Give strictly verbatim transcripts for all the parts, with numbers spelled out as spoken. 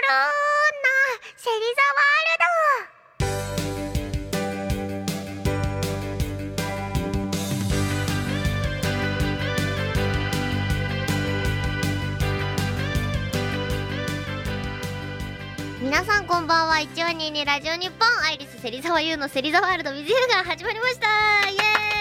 セリザワールド。皆さんこんばんは。いちわにいにラジオ日本アイリス芹沢優のセリザワールド水色が始まりました。イエ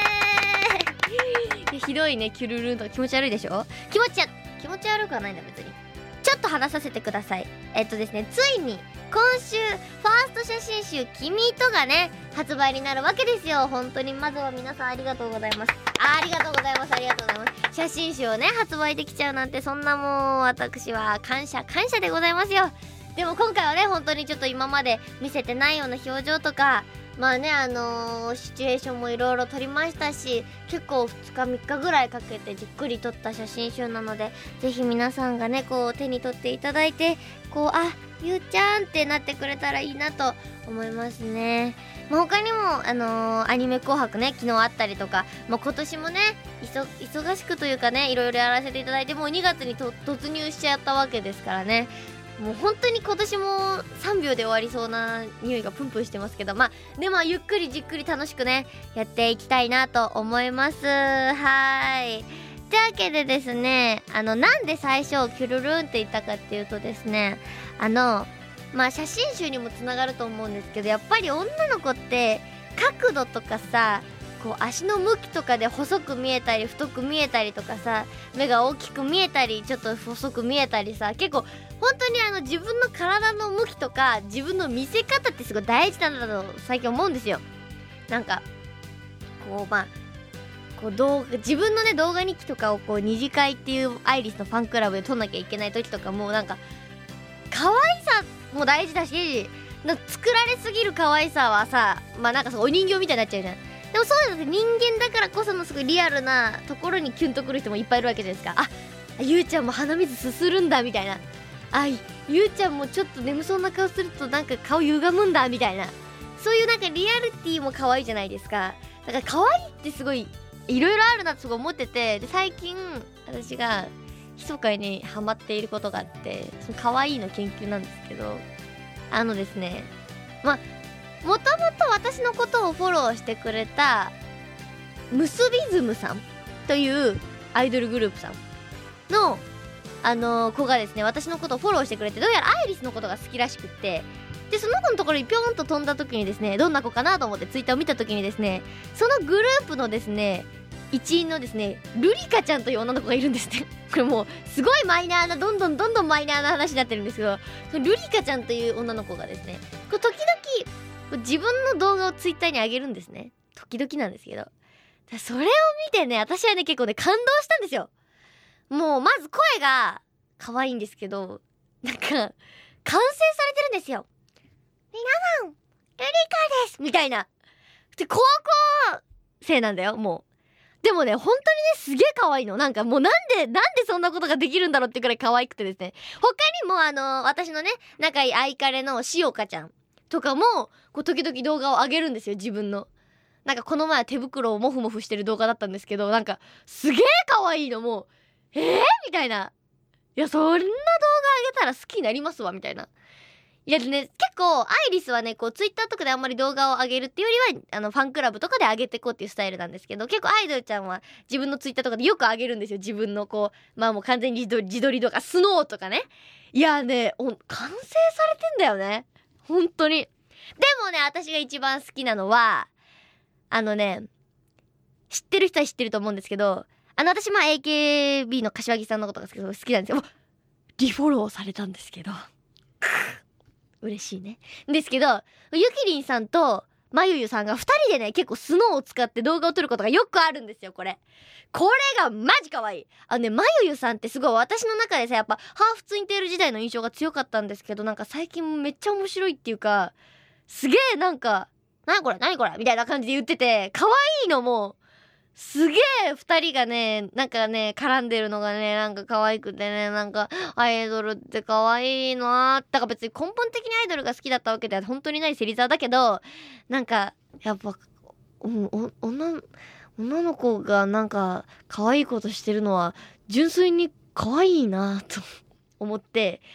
ーイひどいね、キュルルンとか気持ち悪いでしょ。気持ちや気持ち悪くはないんだ別に。ちょっと話させてください。えっとですね、ついに今週ファースト写真集君とがね発売になるわけですよ。本当にまずは皆さんありがとうございます。あありがとうございますありがとうございます。写真集をね発売できちゃうなんて、そんなもう私は感謝感謝でございますよ。でも今回はね本当にちょっと今まで見せてないような表情とか、まあねあのー、シチュエーションもいろいろ撮りましたし、結構ふつかみっかぐらいかけてじっくり撮った写真集なので、ぜひ皆さんがねこう手に取っていただいて、こうあゆうちゃんってなってくれたらいいなと思いますね。まあ、他にもあのー、アニメ紅白ね昨日あったりとか、まあ、今年もね忙しくというかねいろいろやらせていただいて、もうにがつにと突入しちゃったわけですからね。もう本当に今年もさんびょうで終わりそうな匂いがプンプンしてますけど、まあでもゆっくりじっくり楽しくねやっていきたいなと思います。はいというわけでですね、あのなんで最初キュルルンって言ったかっていうとですね、あのまあ写真集にもつながると思うんですけど、やっぱり女の子って角度とかさ、こう足の向きとかで細く見えたり太く見えたりとかさ、目が大きく見えたりちょっと細く見えたりさ、結構本当にあの自分の体の向きとか自分の見せ方ってすごい大事なんだと最近思うんですよ。なんかこうまあこう動画自分のね動画日記とかをこう二次会っていうアイリスのファンクラブで撮んなきゃいけない時とかも、なんか可愛さも大事だし、な作られすぎる可愛さはさ、まあなんかそうお人形みたいになっちゃうじゃん。でもそういうのって人間だからこそのすごいリアルなところにキュンとくる人もいっぱいいるわけじゃないですか。あ、ゆうちゃんも鼻水すするんだみたいな、あ、ゆうちゃんもちょっと眠そうな顔するとなんか顔歪むんだみたいな、そういうなんかリアリティも可愛いじゃないですか。だから可愛いってすごいいろいろあるなってすごい思ってて、で最近私が密かにハマっていることがあって、その可愛いの研究なんですけど、あのですね、まあもともと私のことをフォローしてくれたムスビズムさんというアイドルグループさんのあのー、子がですね私のことをフォローしてくれて、どうやらアイリスのことが好きらしくって、でその子のところにピョーンと飛んだ時にですね、どんな子かなと思ってツイッターを見た時にですね、そのグループのですね一員のですねルリカちゃんという女の子がいるんですね。これもうすごいマイナーなどんどんどんどんマイナーな話になってるんですけど、そのルリカちゃんという女の子がですねこう時々自分の動画をツイッターに上げるんですね。時々なんですけど、それを見てね私はね結構ね感動したんですよ。もうまず声が可愛いんですけど、なんか完成されてるんですよ。皆さんルリカですみたいな。で高校生なんだよもう。でもね本当にねすげえ可愛いの。なんかもうなんでなんでそんなことができるんだろうってくらい可愛くてですね、他にもあの私のね仲いいアイカレのしおかちゃんとかもこう時々動画を上げるんですよ自分の。なんかこの前は手袋をモフモフしてる動画だったんですけど、なんかすげえ可愛いの。もうえーみたいな、いやそんな動画上げたら好きになりますわみたいな。いやね結構アイリスはねこうツイッターとかであんまり動画を上げるっていうよりはあのファンクラブとかで上げてこうっていうスタイルなんですけど、結構アイドルちゃんは自分のツイッターとかでよく上げるんですよ自分のこうまあもう完全に自撮り自撮りとかスノーとかね。いやね完成されてんだよね本当に。でもね私が一番好きなのはあのね知ってる人は知ってると思うんですけど、あの私まあ エーケービー の柏木さんのことが好き好きなんですよ。リフォローされたんですけど嬉しいね。ですけどゆきりんさんとまゆゆさんがふたりでね結構スノーを使って動画を撮ることがよくあるんですよ。これこれがマジ可愛い。あのねまゆゆさんってすごい私の中でさやっぱハーフツインテール時代の印象が強かったんですけど、なんか最近めっちゃ面白いっていうかすげえなんかなにこれなにこれみたいな感じで言ってて可愛いの。もすげえ二人がねなんかね絡んでるのがねなんか可愛くてね、なんかアイドルって可愛いなー。だから別に根本的にアイドルが好きだったわけでは本当にない芹沢だけど、なんかやっぱおお女女の子がなんか可愛いことしてるのは純粋に可愛いなと思って、まあ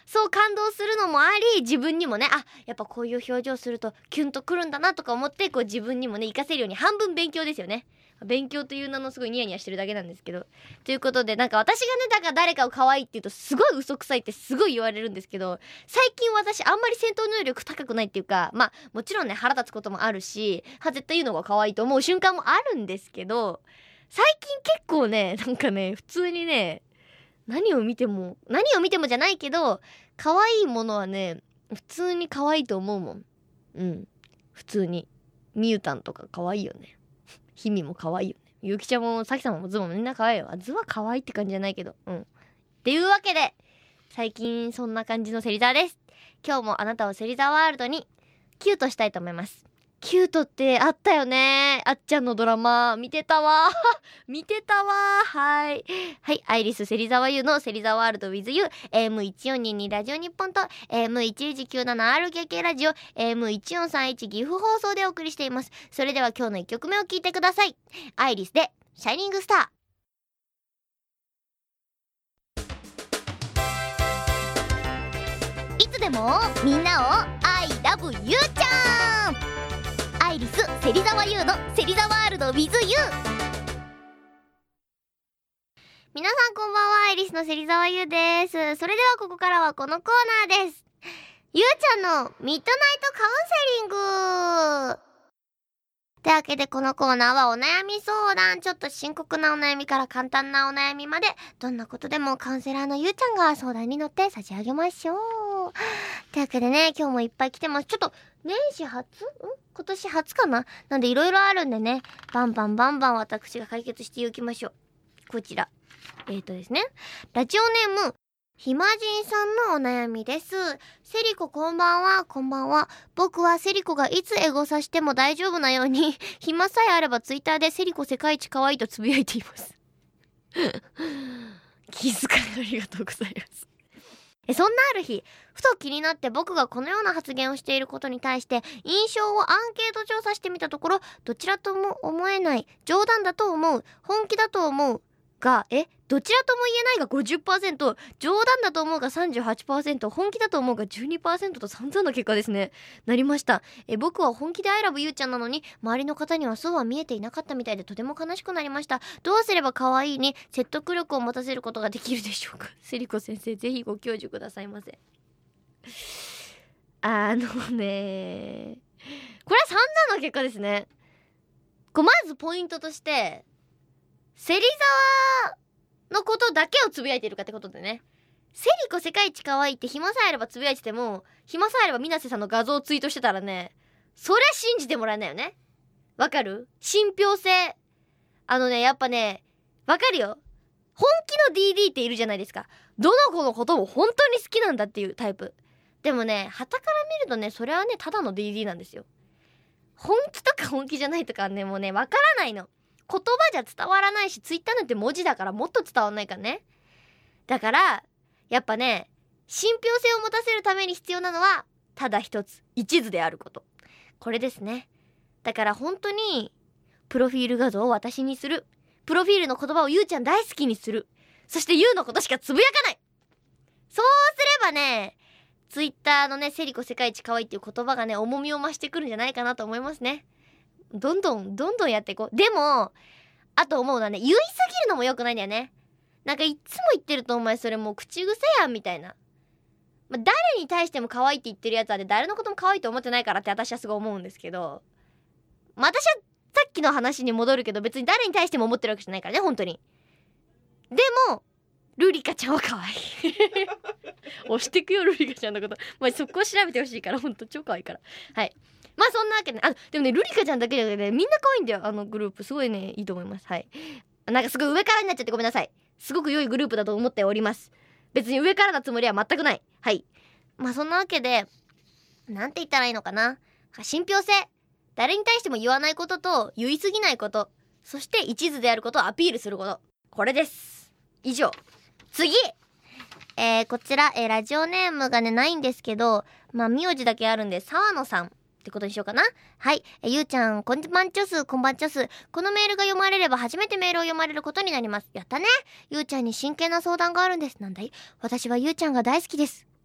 そう感動するのもあり、自分にもね、あ、やっぱこういう表情するとキュンとくるんだなとか思って、こう自分にもね活かせるように、半分勉強ですよね。勉強という名のすごいニヤニヤしてるだけなんですけど、ということで、なんか私がね、だから誰かを可愛いって言うとすごい嘘くさいってすごい言われるんですけど、最近私あんまり戦闘能力高くないっていうか、まあもちろんね腹立つこともあるし、は絶対言うのが可愛いと思う瞬間もあるんですけど、最近結構ね、なんかね、普通にね、何を見ても何を見てもじゃないけど、可愛いものはね普通に可愛いと思うもん。うん、普通にみゆたんとか可愛いよね。ひみも可愛いよね。ゆきちゃんもさきさんもズもみんな可愛いよ。ズは可愛いって感じじゃないけど、うん。っていうわけで、最近そんな感じの芹沢です。今日もあなたを芹沢ワールドにキュートしたいと思います。キュートってあったよね。あっちゃんのドラマ見てたわ見てたわ。はいはい、アイリス芹沢優の芹沢ワールド with you、 エーエムいちよんにーに ラジオ日本と エーエムいちいちきゅうななアールケーケー ラジオ エーエムいちよんさんいち 岐阜放送でお送りしています。それでは今日のいっきょくめを聴いてください。アイリスでシャイニングスター。いつでもみんなを I love you ちゃん、アイリス芹沢優の芹沢ワールド with you。 皆さんこんばんは、アイリスの芹沢優です。それではここからはこのコーナーです。ゆうちゃんのミッドナイトカウンセリングというわけで、このコーナーはお悩み相談、ちょっと深刻なお悩みから簡単なお悩みまで、どんなことでもカウンセラーのゆうちゃんが相談に乗って差し上げましょう。というわけでね、今日もいっぱい来てます。ちょっと年始初？ん？今年初かな？なんでいろいろあるんでね、バンバンバンバン私が解決していきましょう。こちら。えーとですね、ラジオネーム、ひまじんさんのお悩みです。セリコこんばんは。こんばんは。僕はセリコがいつエゴさしても大丈夫なように、暇さえあればツイッターでセリコ世界一可愛いとつぶやいています。気遣いありがとうございます。えそんなある日、ふと気になって僕がこのような発言をしていることに対して印象をアンケート調査してみたところ、どちらとも思えない、冗談だと思う、本気だと思うが、えどちらとも言えないが ごじゅっパーセント、 冗談だと思うが さんじゅうはちパーセント、 本気だと思うが じゅうにパーセント と散々な結果ですね。なりました。え僕は本気でアイラブゆうちゃんなのに、周りの方にはそうは見えていなかったみたいで、とても悲しくなりました。どうすれば可愛いに説得力を持たせることができるでしょうか。セリコ先生、ぜひご教授くださいませ。あのねこれは散々な結果ですね。こうまずポイントとして、芹沢のことだけをつぶやいてるかってことでね。セリコ世界一可愛いって暇さえあればつぶやいてても、暇さえあれば水瀬さんの画像をツイートしてたらね、そりゃ信じてもらえないよね。わかる？信憑性。あのね、やっぱね、わかるよ。本気の ディーディー っているじゃないですか。どの子のことも本当に好きなんだっていうタイプ。でもね、旗から見るとね、それはね、ただの ディーディー なんですよ。本気とか本気じゃないとかね、もうね、わからないの。言葉じゃ伝わらないし、ツイッターなんて文字だからもっと伝わんないからね。だからやっぱね、信憑性を持たせるために必要なのはただ一つ、一途であること。これですね。だから本当にプロフィール画像を私にする、プロフィールの言葉をゆうちゃん大好きにする、そしてゆうのことしかつぶやかない。そうすればね、ツイッターのね、セリコ世界一可愛いっていう言葉がね、重みを増してくるんじゃないかなと思いますね。どんどんどんどんやっていこう。でもあと思うのはね、言いすぎるのも良くないんだよね。なんかいつも言ってるとお前それもう口癖やんみたいな、まあ、誰に対しても可愛いって言ってるやつはで、誰のことも可愛いと思ってないからって私はすごい思うんですけど、まあ、私はさっきの話に戻るけど、別に誰に対しても思ってるわけじゃないからね、本当に。でもルリカちゃんは可愛い押してくよルリカちゃんのこと。まあ、そこを調べてほしいから、ほんと超可愛いから。はい、まあそんなわけで、あ、でもね、ルリカちゃんだけじゃなくてね、みんな可愛いんだよ、あのグループ。すごいね、いいと思います。はい、なんかすごい上からになっちゃってごめんなさい。すごく良いグループだと思っております。別に上からなつもりは全くない。はい、まあそんなわけで、なんて言ったらいいのかな、信憑性、誰に対しても言わないことと言い過ぎないこと、そして一途であることをアピールすること、これです。以上。次、えー、こちら、えー、ラジオネームがねないんですけど、まあ名字だけあるんで沢野さんってことにしようかな。はい、えー、ゆうちゃんこんばんちょす、こんばんちょす。このメールが読まれれば初めてメールを読まれることになります。やったね。ゆうちゃんに真剣な相談があるんです。なんだい？私はゆうちゃんが大好きです。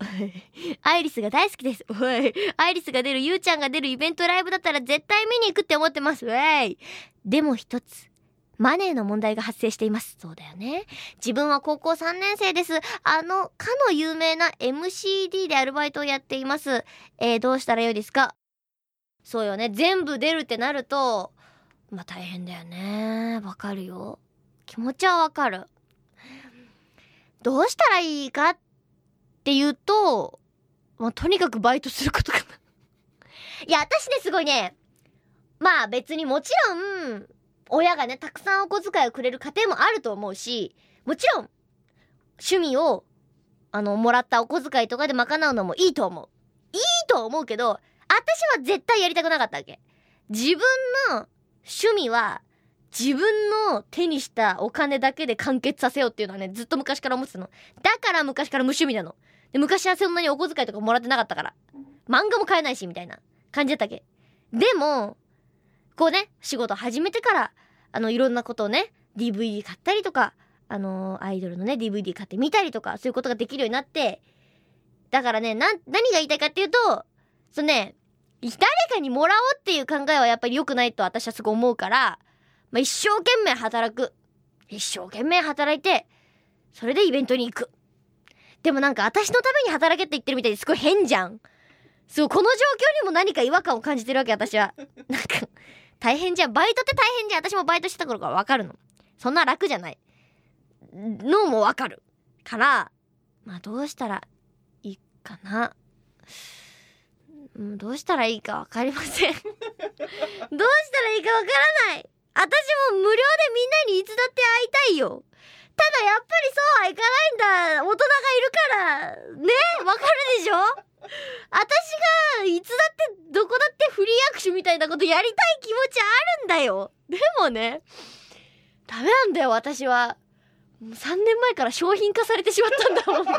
アイリスが大好きです。おい、アイリスが出る、ゆうちゃんが出るイベントライブだったら絶対見に行くって思ってます。うい。でも一つ、マネーの問題が発生しています。そうだよね。自分は高校さんねん生です。あの、かの有名な エムシーディー でアルバイトをやっています。えー、どうしたらよいですか？そうよね。全部出るってなると、まあ大変だよね。わかるよ。気持ちはわかる。どうしたらいいかっていうと、まあとにかくバイトすることかな。いや、私ね、すごいね。まあ別にもちろん、親がね、たくさんお小遣いをくれる家庭もあると思うし、もちろん、趣味を、あの、もらったお小遣いとかで賄うのもいいと思う。いいと思うけど、私は絶対やりたくなかったわけ。自分の趣味は、自分の手にしたお金だけで完結させようっていうのはね、ずっと昔から思ってたの。だから昔から無趣味なの。で、昔はそんなにお小遣いとかもらってなかったから。漫画も買えないし、みたいな感じだったっけ。でも、こうね、仕事始めてから、あの、いろんなことをね、ディーブイディー 買ったりとか、あのー、アイドルのね、ディーブイディー 買ってみたりとか、そういうことができるようになって、だからね、な、何が言いたいかっていうと、そうね、誰かにもらおうっていう考えはやっぱり良くないと私はすごい思うから、まあ、一生懸命働く。一生懸命働いて、それでイベントに行く。でもなんか私のために働けって言ってるみたいですごい変じゃん。そう、この状況にも何か違和感を感じてるわけ、私は。なんか、大変じゃん。バイトって大変じゃん。私もバイトしてた頃からわかるの。そんな楽じゃない。のもわかる。から、まあどうしたらいいかな。うん、どうしたらいいかわかりません。どうしたらいいかわからない。私も無料でみんなにいつだって会いたいよ。ただやっぱりそうはいかないんだ。大人がいるから。ね、わかるでしょ？私がいつだってどこだってフリー握手みたいなことやりたい気持ちあるんだよ。でもね、ダメなんだよ私は。もうさんねんまえから商品化されてしまったんだも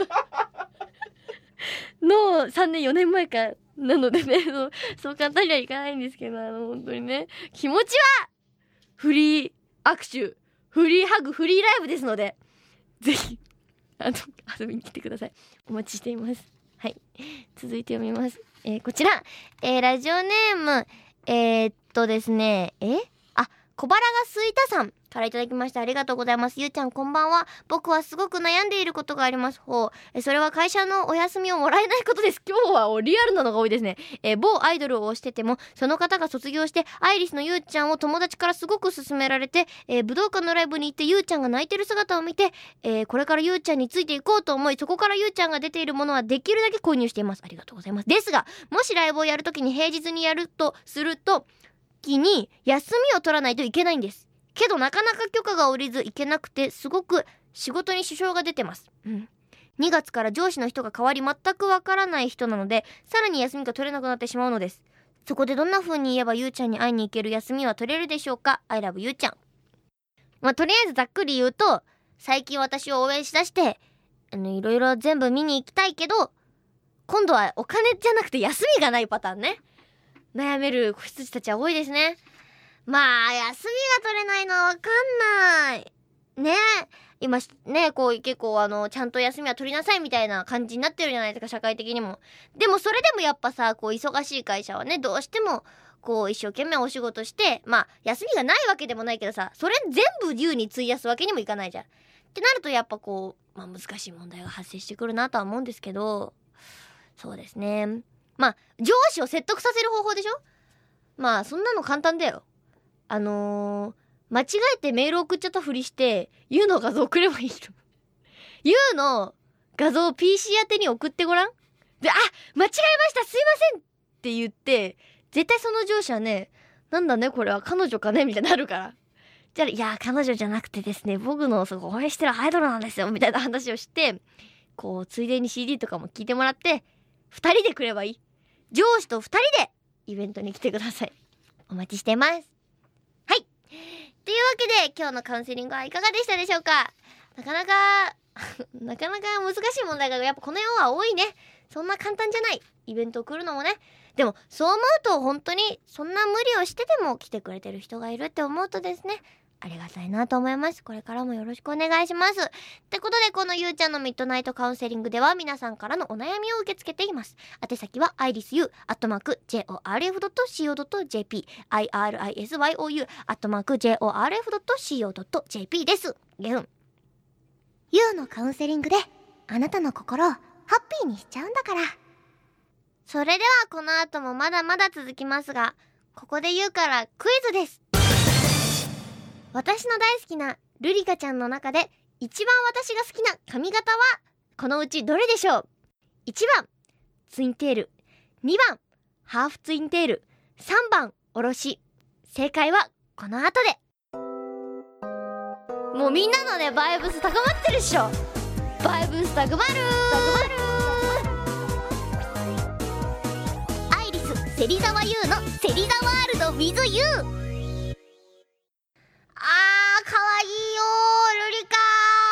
んのさんねんよねんまえかなのでね、そう、そう簡単にはいかないんですけど、あの本当にね、気持ちはフリー握手、フリーハグ、フリーライブですので、ぜひあの遊びに来てください。お待ちしています。はい、続いて読みます。えー、こちら、えー、ラジオネームえー、っとですねえあ小腹がすいたさんからいただきました。ありがとうございます。ゆうちゃんこんばんは。僕はすごく悩んでいることがあります。ほう。えそれは会社のお休みをもらえないことです。今日はリアルなのが多いですね。え某アイドルを推しててもその方が卒業してアイリスのゆうちゃんを友達からすごく勧められて、えー、武道館のライブに行ってゆうちゃんが泣いてる姿を見て、えー、これからゆうちゃんについていこうと思い、そこからゆうちゃんが出ているものはできるだけ購入しています。ありがとうございます。ですがもしライブをやるときに平日にやるとすると期に休みを取らないといけないんです。けどなかなか許可が下りず行けなくて、すごく仕事に支障が出てます、うん、にがつから上司の人が変わり全くわからない人なので、さらに休みが取れなくなってしまうのです。そこでどんな風に言えばゆうちゃんに会いに行ける休みは取れるでしょうか？ I love ゆうちゃん。まあとりあえずざっくり言うと、最近私を応援しだしてあのいろいろ全部見に行きたいけど、今度はお金じゃなくて休みがないパターンね。悩める子羊たちは多いですね。まあ休みが取れないのはわかんないね。今ね、こう結構あのちゃんと休みは取りなさいみたいな感じになってるじゃないですか、社会的にも。でもそれでもやっぱさ、こう忙しい会社はね、どうしてもこう一生懸命お仕事して、まあ休みがないわけでもないけどさ、それ全部優に費やすわけにもいかないじゃんってなると、やっぱこう、まあ、難しい問題が発生してくるなとは思うんですけど、そうですね。まあ上司を説得させる方法でしょ。まあそんなの簡単だよ。あのー、間違えてメール送っちゃったふりしてユウの画像送ればいいの。ユウの画像を ピーシー 宛てに送ってごらん。で、あ、間違えましたすいませんって言って、絶対その上司はね、なんだねこれは彼女かねみたいになるから、じゃあいや彼女じゃなくてですね、僕のすごい応援してるアイドルなんですよみたいな話をして、こうついでに シーディー とかも聞いてもらってふたりで来ればいい。上司とふたりでイベントに来てください。お待ちしてます。はい、というわけで今日のカウンセリングはいかがでしたでしょうか。なかなかなかなか難しい問題がやっぱこの世は多いね。そんな簡単じゃないイベントを来るのもね。でもそう思うと本当にそんな無理をしてでも来てくれてる人がいるって思うとですね、 ありがたいなと思います。これからもよろしくお願いします。ってことで、このゆうちゃんのミッドナイトカウンセリングでは皆さんからのお悩みを受け付けています。宛先は アイリスユー アットマーク ジェイオーアールエフ ドット シーオー ドット ジェーピー アイアールアイエスワイオーユー アットマーク ジェイオーアールエフ ドット シーオー ドット ジェーピー です。ゆうゆうのカウンセリングであなたの心をハッピーにしちゃうんだから。それではこの後もまだまだ続きますが、ここで言うからクイズです。私の大好きなルリカちゃんの中で一番私が好きな髪型はこのうちどれでしょう？ いち 番ツインテール、にばんハーフツインテール、さんばんおろし。正解はこの後で。もうみんなのねバイブス高まってるっしょ。バイブス高まるー。アイリス芹沢優の芹沢ワールド with you。あー、かわいいよー、ルリカ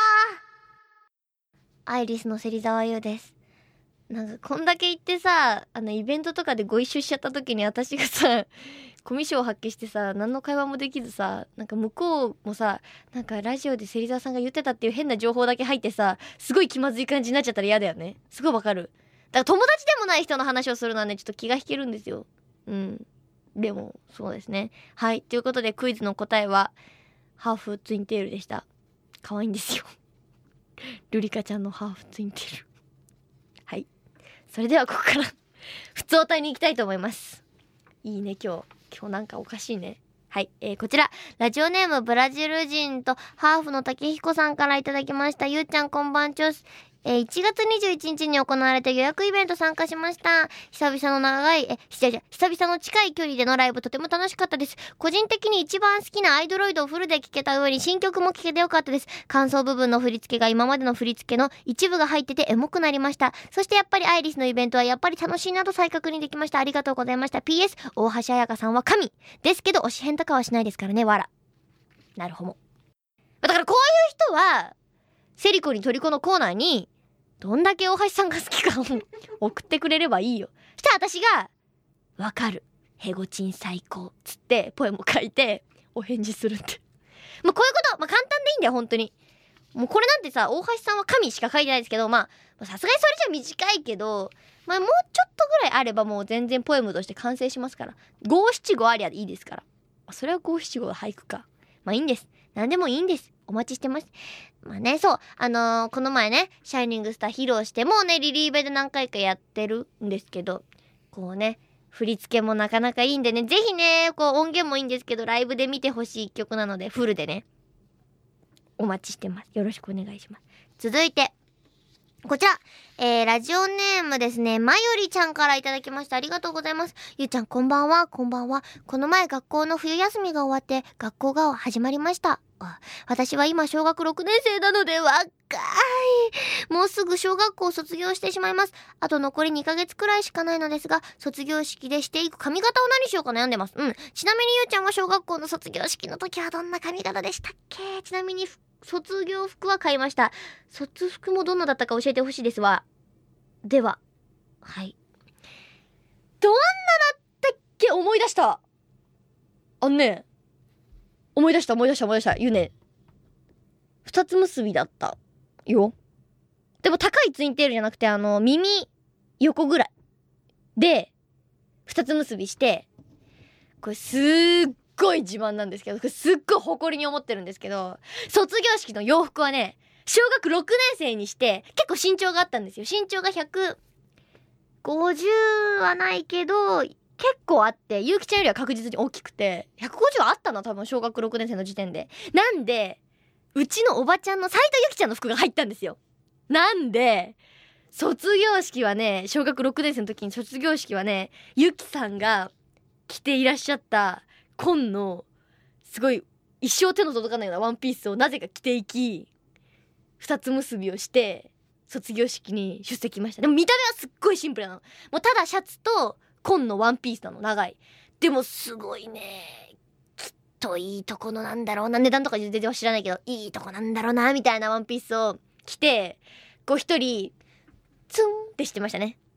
ー。アイリスの芹沢優です。なんかこんだけ言ってさ、あのイベントとかでご一緒しちゃった時に私がさコミュ障を発揮してさ、何の会話もできずさ、なんか向こうもさ、なんかラジオで芹沢さんが言ってたっていう変な情報だけ入ってさ、すごい気まずい感じになっちゃったら嫌だよね。すごいわかる。だから友達でもない人の話をするのはね、ちょっと気が引けるんですよ。うん。でもそうですね。はい、ということでクイズの答えはハーフツインテールでした。可愛いんですよルリカちゃんのハーフツインテール。はい、それではここから普通歌に行きたいと思います。いいね、今日今日なんかおかしいね。はい、えー、こちらラジオネームブラジル人とハーフの竹彦さんからいただきました。ゆうちゃんこんばんちょす。えー、いちがつにじゅういちにちに行われた予約イベント参加しました。久々の長い、え、久々、久々の近い距離でのライブとても楽しかったです。個人的に一番好きなアイドロイドをフルで聴けた上に新曲も聴けてよかったです。感想部分の振り付けが今までの振り付けの一部が入っててエモくなりました。そしてやっぱりアイリスのイベントはやっぱり楽しいなと再確認できました。ありがとうございました。ピーエス 大橋彩香さんは神ですけど推し変とかはしないですからね。わら。なるほど。だからこういう人はセリコにトリコのコーナーにどんだけ大橋さんが好きかを送ってくれればいいよ。そしたら私がわかるヘゴチン最高つってポエムを書いてお返事するって。まあこういうことまあ簡単でいいんだよ本当に。もうこれなんてさ、大橋さんは神しか書いてないですけど、まあさすがにそれじゃ短いけど、まあもうちょっとぐらいあればもう全然ポエムとして完成しますから。五七五ありゃいいですから。それは五七五が俳句か。まあいいんです。何でもいいんです。お待ちしてます。まあね、そう。あのー、この前ね、シャイニングスター披露して、もうね、リリーベで何回かやってるんですけど、こうね、振り付けもなかなかいいんでね、ぜひね、こう音源もいいんですけど、ライブで見てほしい曲なので、フルでね、お待ちしてます。よろしくお願いします。続いて、こちら、えー、ラジオネームですね、まゆりちゃんからいただきました。ありがとうございます。ゆうちゃんこんばんは、こんばんは。この前学校の冬休みが終わって、学校が始まりました。私は今小学ろくねん生なので若い。もうすぐ小学校を卒業してしまいます。あと残りにかげつくらいしかないのですが、卒業式でしていく髪型を何しようか悩んでます。うん。ちなみにゆうちゃんは小学校の卒業式の時はどんな髪型でしたっけ？ちなみに卒業服は買いました。卒服もどんなだったか教えてほしいですわ。では、はい。どんなだったっけ？思い出した。あんね。思い出した思い出した思い出した。言うね。二つ結びだったよ。でも高いツインテールじゃなくて、あの耳横ぐらいで二つ結びして、これすっごい自慢なんですけど、これすっごい誇りに思ってるんですけど、卒業式の洋服はね、小学ろくねん生にして結構身長があったんですよ。身長がひゃくごじゅうはないけど結構あって、ゆうきちゃんよりは確実に大きくて、ひゃくごじゅうはあったな、多分小学ろくねん生の時点で。なんでうちのおばちゃんの斉藤ゆきちゃんの服が入ったんですよ。なんで卒業式はね、小学ろくねん生の時に卒業式はね、ゆきさんが着ていらっしゃった紺のすごい一生手の届かないようなワンピースをなぜか着ていき、二つ結びをして卒業式に出席しました。でも見た目はすっごいシンプルなの。もうただシャツと紺のワンピースなの、長い。でもすごいね、きっといいとこのなんだろうな、値段とか全然知らないけどいいとこなんだろうなみたいなワンピースを着て、こう一人ツンってしてましたね。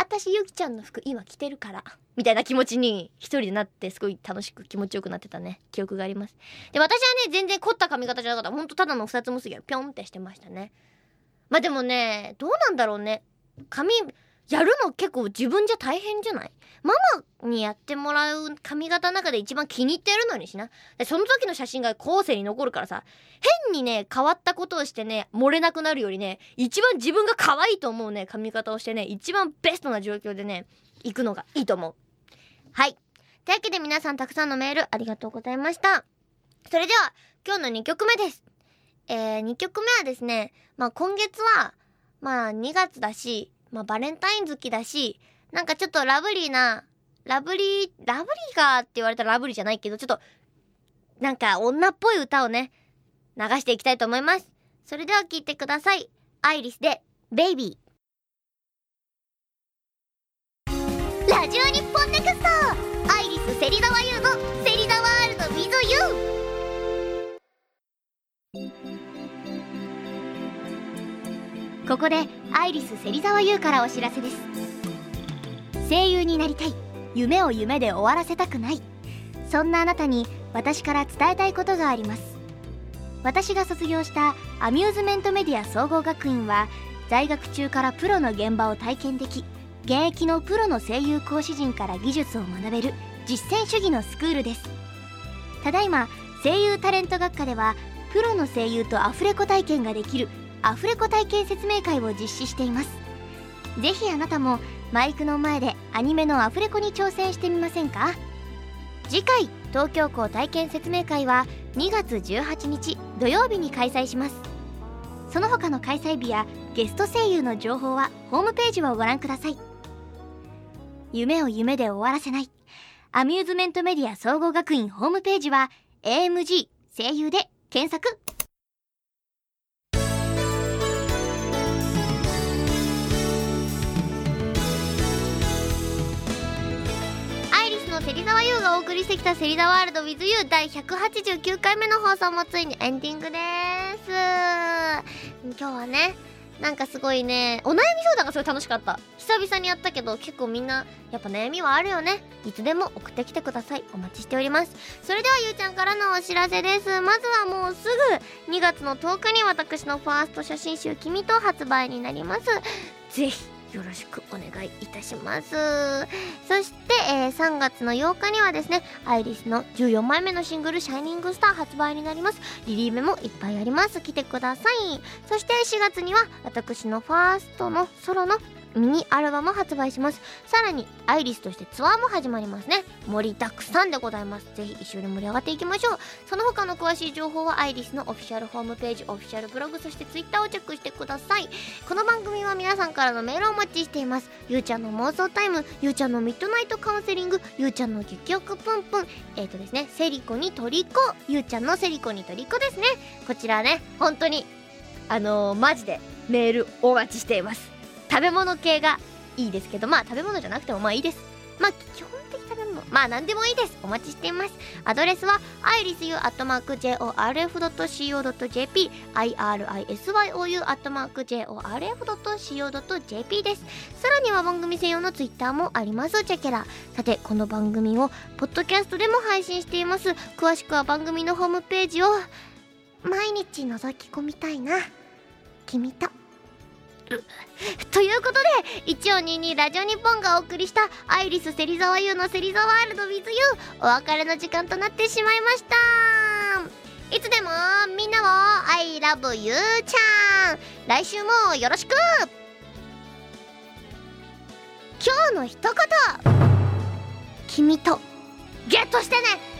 私ゆきちゃんの服今着てるからみたいな気持ちに一人でなって、すごい楽しく気持ちよくなってたね記憶があります。で私はね全然凝った髪型じゃなかった。ほんとただの二つ結びをピョンってしてましたね。まあでもねどうなんだろうね、髪やるの結構自分じゃ大変じゃない？ママにやってもらう髪型の中で一番気に入ってるのにしな。でその時の写真が後世に残るからさ、変にね変わったことをしてね漏れなくなるよりね、一番自分が可愛いと思うね髪型をしてね、一番ベストな状況でね行くのがいいと思う。はい、というわけで皆さんたくさんのメールありがとうございました。それでは今日のにきょくめです。えー、にきょくめはですね、まあ今月はまあにがつだし、まあバレンタイン月だし、なんかちょっとラブリーなラブリーラブリーかって言われたらラブリーじゃないけど、ちょっとなんか女っぽい歌をね流していきたいと思います。それでは聴いてください。アイリスでベイビー。ラジオ日本ネクスト、アイリス芹沢優の芹沢ワールド with you。 ここでアイリス芹沢優からお知らせです。声優になりたい、夢を夢で終わらせたくない、そんなあなたに私から伝えたいことがあります。私が卒業したアミューズメントメディア総合学院は、在学中からプロの現場を体験でき、現役のプロの声優講師陣から技術を学べる実践主義のスクールです。ただいま声優タレント学科では、プロの声優とアフレコ体験ができるアフレコ体験説明会を実施しています。ぜひあなたもマイクの前でアニメのアフレコに挑戦してみませんか？次回東京校体験説明会はにがつじゅうはちにち土曜日に開催します。その他の開催日やゲスト声優の情報はホームページをご覧ください。夢を夢で終わらせない、アミューズメントメディア総合学院ホームページは エーエムジー 声優で検索。芹沢優がお送りしてきた芹沢ワールド with you 第ひゃくはちじゅうきゅうかいめの放送もついにエンディングでーす。今日はねなんかすごいねお悩み相談がすごい楽しかった。久々にやったけど結構みんなやっぱ悩みはあるよね。いつでも送ってきてください。お待ちしております。それではゆうちゃんからのお知らせです。まずはもうすぐにがつのとおかに私のファースト写真集君と発売になります。ぜひよろしくお願いいたします。そして、えー、さんがつのようかにはですね、アイリスのじゅうよんまいめのシングルシャイニングスター発売になります。リリーベもいっぱいあります。来てください。そしてしがつには私のファーストのソロのミニアルバムを発売します。さらにアイリスとしてツアーも始まりますね。盛りだくさんでございます。ぜひ一緒に盛り上がっていきましょう。その他の詳しい情報はアイリスのオフィシャルホームページ、オフィシャルブログ、そしてツイッターをチェックしてください。この番組は皆さんからのメールをお待ちしています。ゆうちゃんの妄想タイム、ゆうちゃんのミッドナイトカウンセリング、ゆうちゃんの激欲プンプン、えーとですねセリコにトリコ、ゆうちゃんのセリコにトリコですね。こちらね本当にあのー、マジでメールお待ちしています。食べ物系がいいですけど、まあ食べ物じゃなくてもまあいいです。まあ基本的食べ物まあ何でもいいです。お待ちしています。アドレスは アイリスユー アットマーク ジェイオーアールエフ ドット シーオー ドット ジェーピー アイアールアイエスワイオーユー アットマーク ジェイオーアールエフ ドット シーオー ドット ジェーピー です。さらには番組専用のツイッターもあります。チェケラ。さてこの番組をポッドキャストでも配信しています。詳しくは番組のホームページを毎日覗き込みたいな君と。ということでいちおうににラジオ日本がお送りしたアイリス芹沢優の芹沢ワールド with you お別れの時間となってしまいました。いつでもみんなを I love you ちゃん、来週もよろしく。今日の一言、君とゲットしてね。